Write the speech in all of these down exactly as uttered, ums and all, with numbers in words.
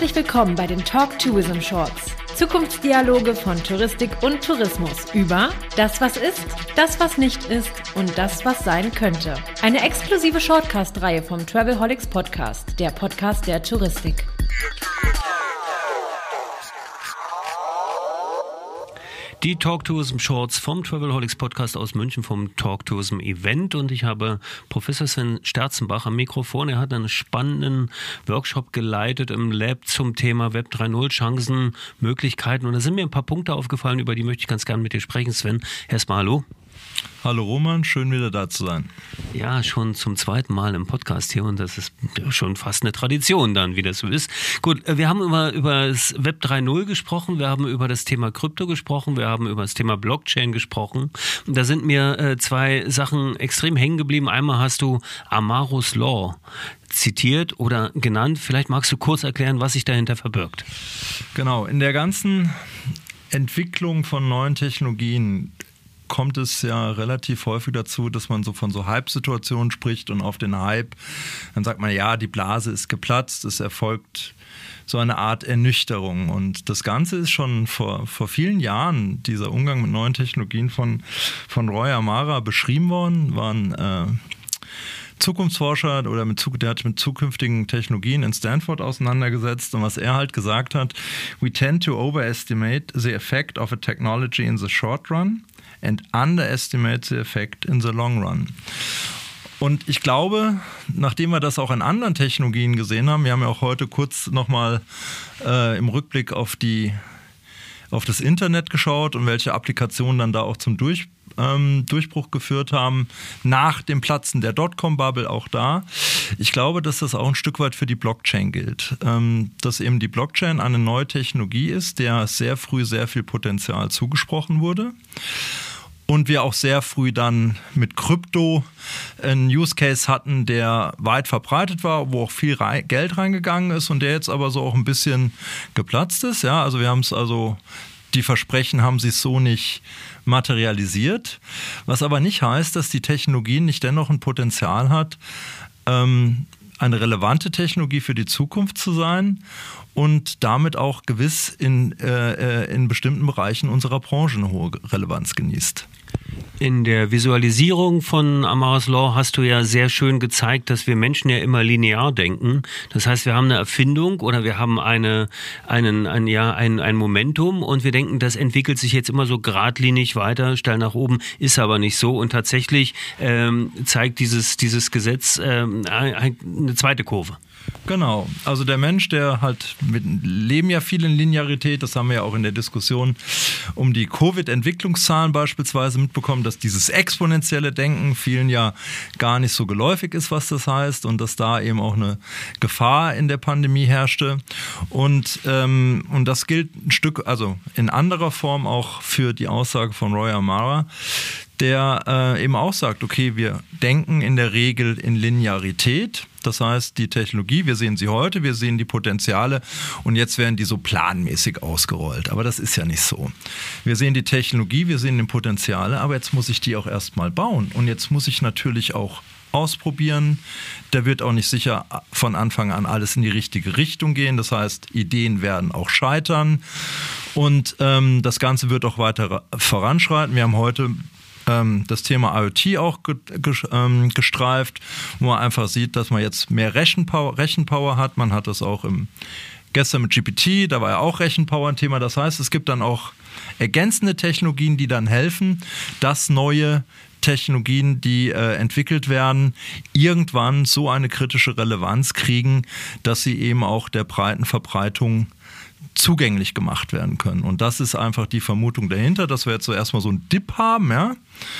Herzlich willkommen bei den Talk Tourism Shorts. Zukunftsdialoge von Touristik und Tourismus über das, was ist, das, was nicht ist und das, was sein könnte. Eine exklusive Shortcast-Reihe vom Travelholics Podcast, der Podcast der Touristik. Die Talk Tourism Shorts vom Travelholics Podcast aus München vom Talk Tourism Event, und ich habe Professor Sven Sterzenbach am Mikrofon. Er hat einen spannenden Workshop geleitet im Lab zum Thema Web drei Punkt null, Chancen, Möglichkeiten, und da sind mir ein paar Punkte aufgefallen, über die möchte ich ganz gerne mit dir sprechen. Sven, erstmal hallo. Hallo Roman, schön wieder da zu sein. Ja, schon zum zweiten Mal im Podcast hier, und das ist schon fast eine Tradition dann, wie das so ist. Gut, wir haben über, über das Web drei Punkt null gesprochen, wir haben über das Thema Krypto gesprochen, wir haben über das Thema Blockchain gesprochen. Und da sind mir äh, zwei Sachen extrem hängen geblieben. Einmal hast du Amara's Law zitiert oder genannt. Vielleicht magst du kurz erklären, was sich dahinter verbirgt. Genau, in der ganzen Entwicklung von neuen Technologien kommt es ja relativ häufig dazu, dass man so von so Hype-Situationen spricht, und auf den Hype, dann sagt man, ja, die Blase ist geplatzt, es erfolgt so eine Art Ernüchterung. Und das Ganze ist schon vor, vor vielen Jahren, dieser Umgang mit neuen Technologien von, von Roy Amara beschrieben worden, waren äh, Zukunftsforscher oder mit, der hat sich mit zukünftigen Technologien in Stanford auseinandergesetzt, und was er halt gesagt hat: We tend to overestimate the effect of a technology in the short run and underestimate the effect in the long run. Und ich glaube, nachdem wir das auch in anderen Technologien gesehen haben, wir haben ja auch heute kurz nochmal äh, im Rückblick auf die auf das Internet geschaut und welche Applikationen dann da auch zum Durch, ähm, Durchbruch geführt haben, nach dem Platzen der Dotcom-Bubble auch da. Ich glaube, dass das auch ein Stück weit für die Blockchain gilt. Ähm, dass eben die Blockchain eine neue Technologie ist, der sehr früh sehr viel Potenzial zugesprochen wurde. Und wir auch sehr früh dann mit Krypto einen Use Case hatten, der weit verbreitet war, wo auch viel rein, Geld reingegangen ist, und der jetzt aber so auch ein bisschen geplatzt ist. Ja, also wir haben es also, die Versprechen haben sich so nicht materialisiert, was aber nicht heißt, dass die Technologie nicht dennoch ein Potenzial hat, ähm, eine relevante Technologie für die Zukunft zu sein und damit auch gewiss in, äh, in bestimmten Bereichen unserer Branche eine hohe Relevanz genießt. In der Visualisierung von Amara's Law hast du ja sehr schön gezeigt, dass wir Menschen ja immer linear denken. Das heißt, wir haben eine Erfindung oder wir haben eine, einen, ein, ja, ein, ein Momentum, und wir denken, das entwickelt sich jetzt immer so geradlinig weiter, steil nach oben, ist aber nicht so. Und tatsächlich ähm, zeigt dieses, dieses Gesetz ähm, eine zweite Kurve. Genau, also der Mensch, der halt, wir leben ja viel in Linearität, das haben wir ja auch in der Diskussion um die Covid-Entwicklungszahlen beispielsweise mitbekommen, dass dieses exponentielle Denken vielen ja gar nicht so geläufig ist, was das heißt, und dass da eben auch eine Gefahr in der Pandemie herrschte. Und, ähm, und das gilt ein Stück, also in anderer Form auch für die Aussage von Roy Amara, der äh, eben auch sagt, okay, wir denken in der Regel in Linearität. Das heißt, die Technologie, wir sehen sie heute, wir sehen die Potenziale, und jetzt werden die so planmäßig ausgerollt. Aber das ist ja nicht so. Wir sehen die Technologie, wir sehen die Potenziale, aber jetzt muss ich die auch erstmal bauen. Und jetzt muss ich natürlich auch ausprobieren. Da wird auch nicht sicher von Anfang an alles in die richtige Richtung gehen. Das heißt, Ideen werden auch scheitern. Und ähm, das Ganze wird auch weiter voranschreiten. Wir haben heute das Thema IoT auch gestreift, wo man einfach sieht, dass man jetzt mehr Rechenpower, Rechenpower hat. Man hat das auch im, gestern mit G P T, da war ja auch Rechenpower ein Thema. Das heißt, es gibt dann auch ergänzende Technologien, die dann helfen, dass neue Technologien, die äh, entwickelt werden, irgendwann so eine kritische Relevanz kriegen, dass sie eben auch der breiten Verbreitung zugänglich gemacht werden können. Und das ist einfach die Vermutung dahinter, dass wir jetzt so erstmal so einen Dip haben, ja.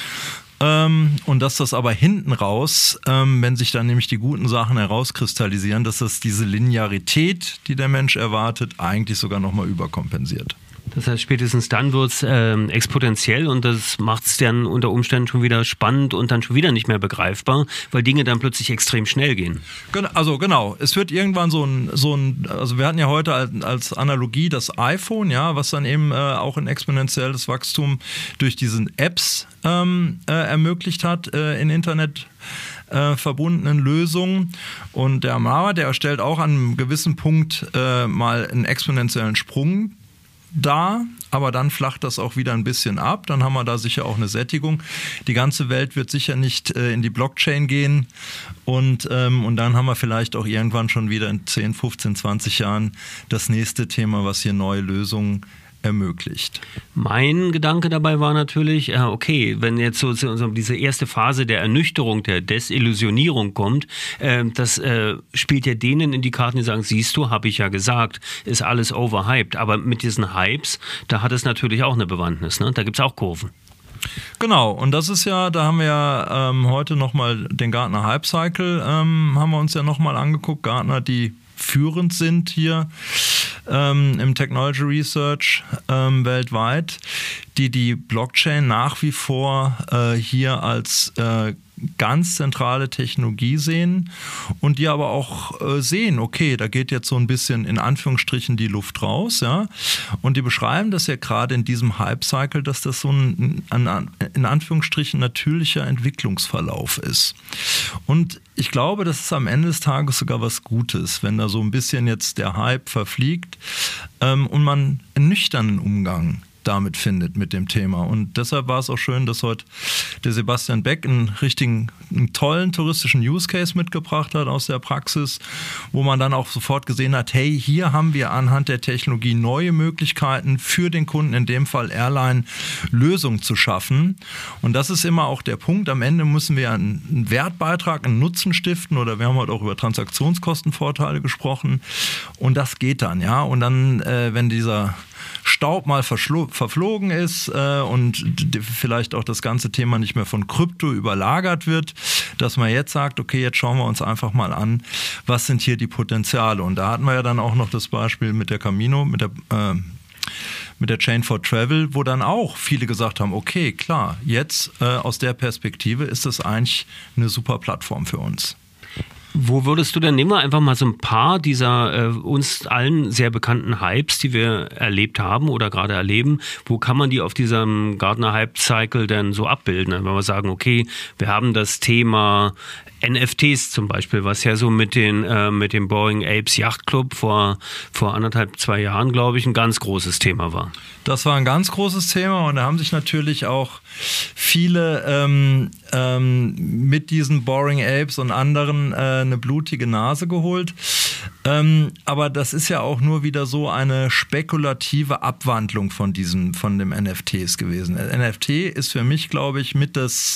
Ähm, und dass das aber hinten raus, ähm, wenn sich dann nämlich die guten Sachen herauskristallisieren, dass das diese Linearität, die der Mensch erwartet, eigentlich sogar nochmal überkompensiert. Das heißt, spätestens dann wird es äh, exponentiell, und das macht es dann unter Umständen schon wieder spannend und dann schon wieder nicht mehr begreifbar, weil Dinge dann plötzlich extrem schnell gehen. Also genau, es wird irgendwann so ein, so ein also wir hatten ja heute als Analogie das iPhone, ja, was dann eben äh, auch ein exponentielles Wachstum durch diesen Apps ähm, äh, ermöglicht hat äh, in Internet. äh, verbundenen Lösungen. Und der Amara, der stellt auch an einem gewissen Punkt äh, mal einen exponentiellen Sprung dar, aber dann flacht das auch wieder ein bisschen ab. Dann haben wir da sicher auch eine Sättigung. Die ganze Welt wird sicher nicht äh, in die Blockchain gehen und, ähm, und dann haben wir vielleicht auch irgendwann schon wieder in zehn, fünfzehn, zwanzig Jahren das nächste Thema, was hier neue Lösungen ermöglicht. Mein Gedanke dabei war natürlich, okay, wenn jetzt so diese erste Phase der Ernüchterung, der Desillusionierung kommt, das spielt ja denen in die Karten, die sagen, siehst du, habe ich ja gesagt, ist alles overhyped. Aber mit diesen Hypes, da hat es natürlich auch eine Bewandtnis, ne? Da gibt es auch Kurven. Genau, und das ist ja, da haben wir ja ähm, heute nochmal den Gartner Hype Cycle, ähm, haben wir uns ja nochmal angeguckt. Gartner, die führend sind hier ähm, im Technology Research ähm, weltweit, die die Blockchain nach wie vor äh, hier als äh, ganz zentrale Technologie sehen und die aber auch äh, sehen, okay, da geht jetzt so ein bisschen in Anführungsstrichen die Luft raus, ja, und die beschreiben das ja gerade in diesem Hype-Cycle, dass das so ein, ein in Anführungsstrichen natürlicher Entwicklungsverlauf ist. Und ich glaube, das ist am Ende des Tages sogar was Gutes, wenn da so ein bisschen jetzt der Hype verfliegt ähm, und man einen nüchternen Umgang damit findet mit dem Thema. Und deshalb war es auch schön, dass heute der Sebastian Beck einen richtigen, einen tollen touristischen Use Case mitgebracht hat aus der Praxis, wo man dann auch sofort gesehen hat, hey, hier haben wir anhand der Technologie neue Möglichkeiten für den Kunden, in dem Fall Airline, Lösungen zu schaffen. Und das ist immer auch der Punkt. Am Ende müssen wir einen Wertbeitrag, einen Nutzen stiften oder wir haben heute auch über Transaktionskostenvorteile gesprochen. Und das geht dann, ja. Und dann, äh, wenn dieser Staub mal verflogen ist äh, und vielleicht auch das ganze Thema nicht mehr von Krypto überlagert wird, dass man jetzt sagt, okay, jetzt schauen wir uns einfach mal an, was sind hier die Potenziale. Und da hatten wir ja dann auch noch das Beispiel mit der Camino, mit der äh, mit der Chain for Travel, wo dann auch viele gesagt haben, okay, klar, jetzt äh, aus der Perspektive ist das eigentlich eine super Plattform für uns. Wo würdest du denn, nehmen wir einfach mal so ein paar dieser äh, uns allen sehr bekannten Hypes, die wir erlebt haben oder gerade erleben, wo kann man die auf diesem Gartner Hype Cycle denn so abbilden? Wenn wir sagen, okay, wir haben das Thema N F Ts zum Beispiel, was ja so mit den äh, mit dem Boring Apes Yacht Club vor, vor anderthalb, zwei Jahren, glaube ich, ein ganz großes Thema war. Das war ein ganz großes Thema und da haben sich natürlich auch viele ähm, ähm, mit diesen Boring Apes und anderen äh, eine blutige Nase geholt. Ähm, aber das ist ja auch nur wieder so eine spekulative Abwandlung von diesem, von dem N F Ts gewesen. N F T ist für mich, glaube ich, mit das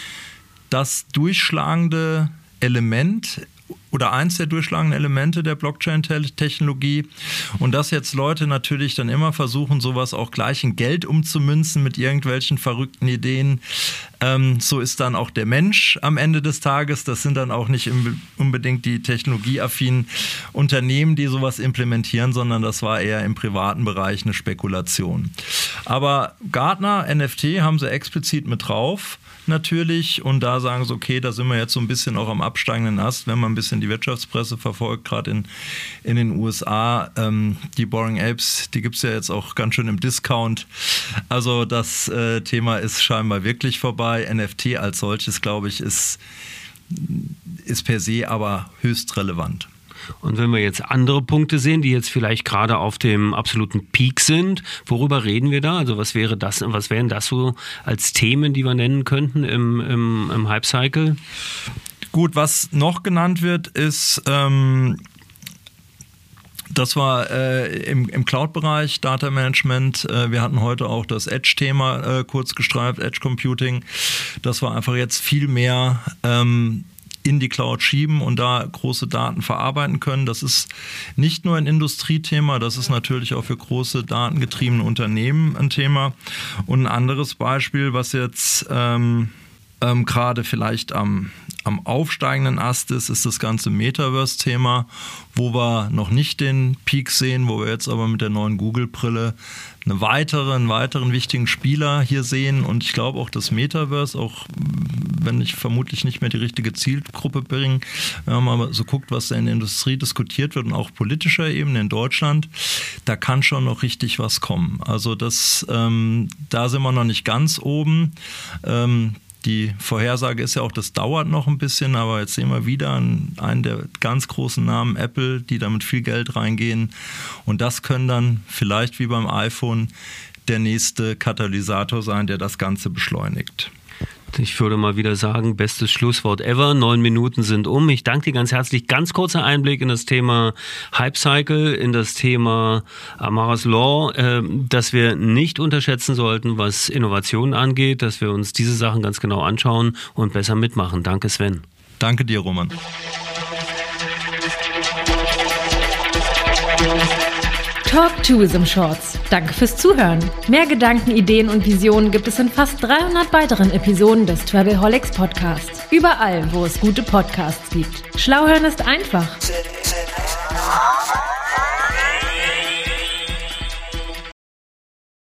das durchschlagende Element oder eins der durchschlagenden Elemente der Blockchain-Technologie. Und dass jetzt Leute natürlich dann immer versuchen, sowas auch gleich in Geld umzumünzen mit irgendwelchen verrückten Ideen. Ähm, so ist dann auch der Mensch am Ende des Tages. Das sind dann auch nicht unbedingt die technologieaffinen Unternehmen, die sowas implementieren, sondern das war eher im privaten Bereich eine Spekulation. Aber Gartner, N F T haben sie explizit mit drauf. Natürlich, und da sagen sie, okay, da sind wir jetzt so ein bisschen auch am absteigenden Ast, wenn man ein bisschen die Wirtschaftspresse verfolgt, gerade in, in den U S A. Ähm, die Boring Apes, die gibt es ja jetzt auch ganz schön im Discount. Also das äh, Thema ist scheinbar wirklich vorbei. N F T als solches, glaube ich, ist, ist per se aber höchst relevant. Und wenn wir jetzt andere Punkte sehen, die jetzt vielleicht gerade auf dem absoluten Peak sind, worüber reden wir da? Also was wäre das, was wären das so als Themen, die wir nennen könnten im, im, im Hype-Cycle? Gut, was noch genannt wird, ist ähm, das war äh, im, im Cloud-Bereich, Data Management. Äh, wir hatten heute auch das Edge-Thema äh, kurz gestreift, Edge Computing. Das war einfach jetzt viel mehr ähm, in die Cloud schieben und da große Daten verarbeiten können. Das ist nicht nur ein Industriethema, das ist natürlich auch für große datengetriebene Unternehmen ein Thema. Und ein anderes Beispiel, was jetzt ähm, ähm, gerade vielleicht am, am aufsteigenden Ast ist, ist das ganze Metaverse-Thema, wo wir noch nicht den Peak sehen, wo wir jetzt aber mit der neuen Google-Brille eine weitere, einen weiteren wichtigen Spieler hier sehen. Und ich glaube auch, das Metaverse, auch wenn ich vermutlich nicht mehr die richtige Zielgruppe bringe, wenn man mal so guckt, was da in der Industrie diskutiert wird und auch politischer Ebene in Deutschland, da kann schon noch richtig was kommen. Also das, ähm, da sind wir noch nicht ganz oben. Ähm, Die Vorhersage ist ja auch, das dauert noch ein bisschen, aber jetzt sehen wir wieder einen, einen der ganz großen Namen, Apple, die damit viel Geld reingehen. Und das können dann vielleicht wie beim iPhone der nächste Katalysator sein, der das Ganze beschleunigt. Ich würde mal wieder sagen, bestes Schlusswort ever. Neun Minuten sind um. Ich danke dir ganz herzlich. Ganz kurzer Einblick in das Thema Hype Cycle, in das Thema Amara's Law, äh, dass wir nicht unterschätzen sollten, was Innovationen angeht, dass wir uns diese Sachen ganz genau anschauen und besser mitmachen. Danke, Sven. Danke dir, Roman. Talk Tourism Shorts. Danke fürs Zuhören. Mehr Gedanken, Ideen und Visionen gibt es in fast dreihundert weiteren Episoden des Travelholics Podcasts. Überall, wo es gute Podcasts gibt. Schlau hören ist einfach.